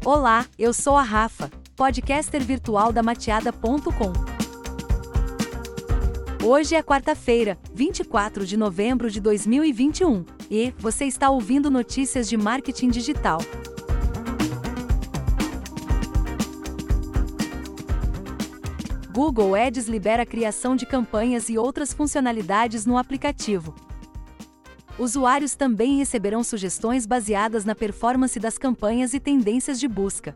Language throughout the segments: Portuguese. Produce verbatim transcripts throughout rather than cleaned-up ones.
Olá, eu sou a Rafa, podcaster virtual da mateada ponto com. Hoje é quarta-feira, vinte e quatro de novembro de dois mil e vinte e um, e você está ouvindo notícias de marketing digital. Google Ads libera a criação de campanhas e outras funcionalidades no aplicativo. Usuários também receberão sugestões baseadas na performance das campanhas e tendências de busca.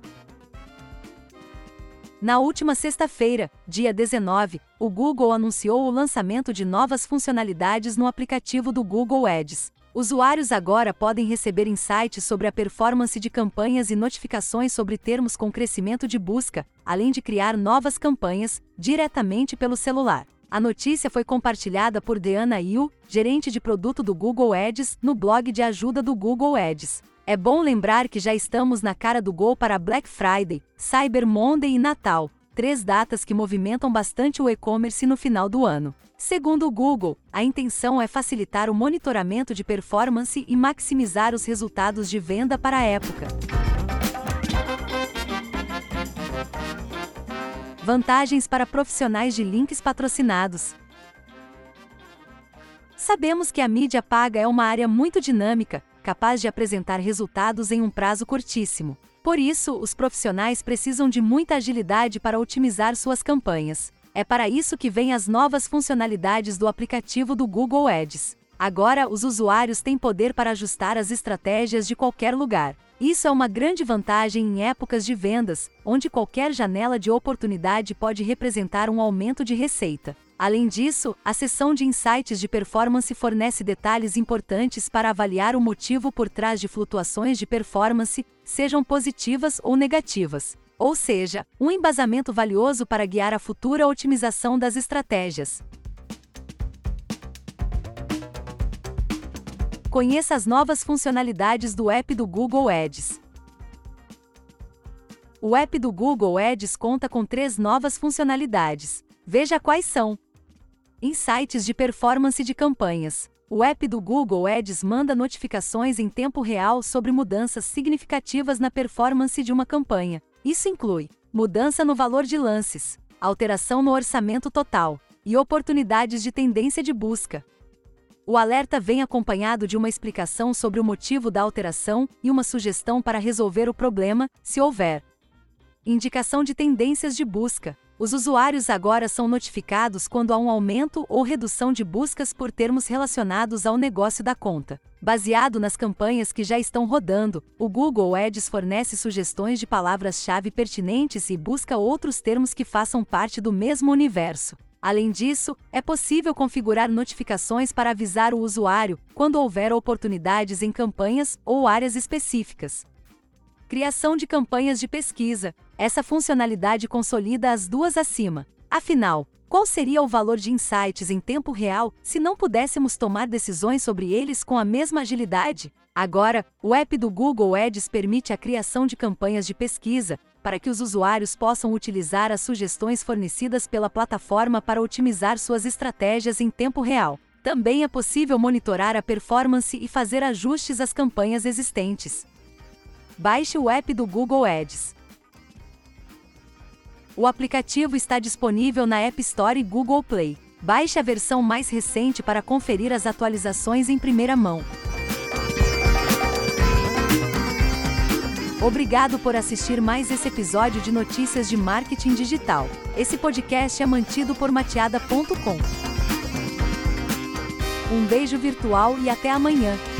Na última sexta-feira, dia dezenove, o Google anunciou o lançamento de novas funcionalidades no aplicativo do Google Ads. Usuários agora podem receber insights sobre a performance de campanhas e notificações sobre termos com crescimento de busca, além de criar novas campanhas, diretamente pelo celular. A notícia foi compartilhada por Deanna Yu, gerente de produto do Google Ads, no blog de ajuda do Google Ads. É bom lembrar que já estamos na cara do gol para Black Friday, Cyber Monday e Natal, três datas que movimentam bastante o e-commerce no final do ano. Segundo o Google, a intenção é facilitar o monitoramento de performance e maximizar os resultados de venda para a época. Vantagens para profissionais de links patrocinados. Sabemos que a mídia paga é uma área muito dinâmica, capaz de apresentar resultados em um prazo curtíssimo. Por isso, os profissionais precisam de muita agilidade para otimizar suas campanhas. É para isso que vêm as novas funcionalidades do aplicativo do Google Ads. Agora, os usuários têm poder para ajustar as estratégias de qualquer lugar. Isso é uma grande vantagem em épocas de vendas, onde qualquer janela de oportunidade pode representar um aumento de receita. Além disso, a seção de insights de performance fornece detalhes importantes para avaliar o motivo por trás de flutuações de performance, sejam positivas ou negativas. Ou seja, um embasamento valioso para guiar a futura otimização das estratégias. Conheça as novas funcionalidades do app do Google Ads. O app do Google Ads conta com três novas funcionalidades. Veja quais são. Insights de performance de campanhas. O app do Google Ads manda notificações em tempo real sobre mudanças significativas na performance de uma campanha. Isso inclui mudança no valor de lances, alteração no orçamento total e oportunidades de tendência de busca. O alerta vem acompanhado de uma explicação sobre o motivo da alteração e uma sugestão para resolver o problema, se houver. Indicação de tendências de busca. Os usuários agora são notificados quando há um aumento ou redução de buscas por termos relacionados ao negócio da conta. Baseado nas campanhas que já estão rodando, o Google Ads fornece sugestões de palavras-chave pertinentes e busca outros termos que façam parte do mesmo universo. Além disso, é possível configurar notificações para avisar o usuário quando houver oportunidades em campanhas ou áreas específicas. Criação de campanhas de pesquisa. Essa funcionalidade consolida as duas acima. Afinal, qual seria o valor de insights em tempo real se não pudéssemos tomar decisões sobre eles com a mesma agilidade? Agora, o app do Google Ads permite a criação de campanhas de pesquisa, para que os usuários possam utilizar as sugestões fornecidas pela plataforma para otimizar suas estratégias em tempo real. Também é possível monitorar a performance e fazer ajustes às campanhas existentes. Baixe o app do Google Ads. O aplicativo está disponível na App Store e Google Play. Baixe a versão mais recente para conferir as atualizações em primeira mão. Obrigado por assistir mais esse episódio de Notícias de Marketing Digital. Esse podcast é mantido por mateada ponto com. Um beijo virtual e até amanhã!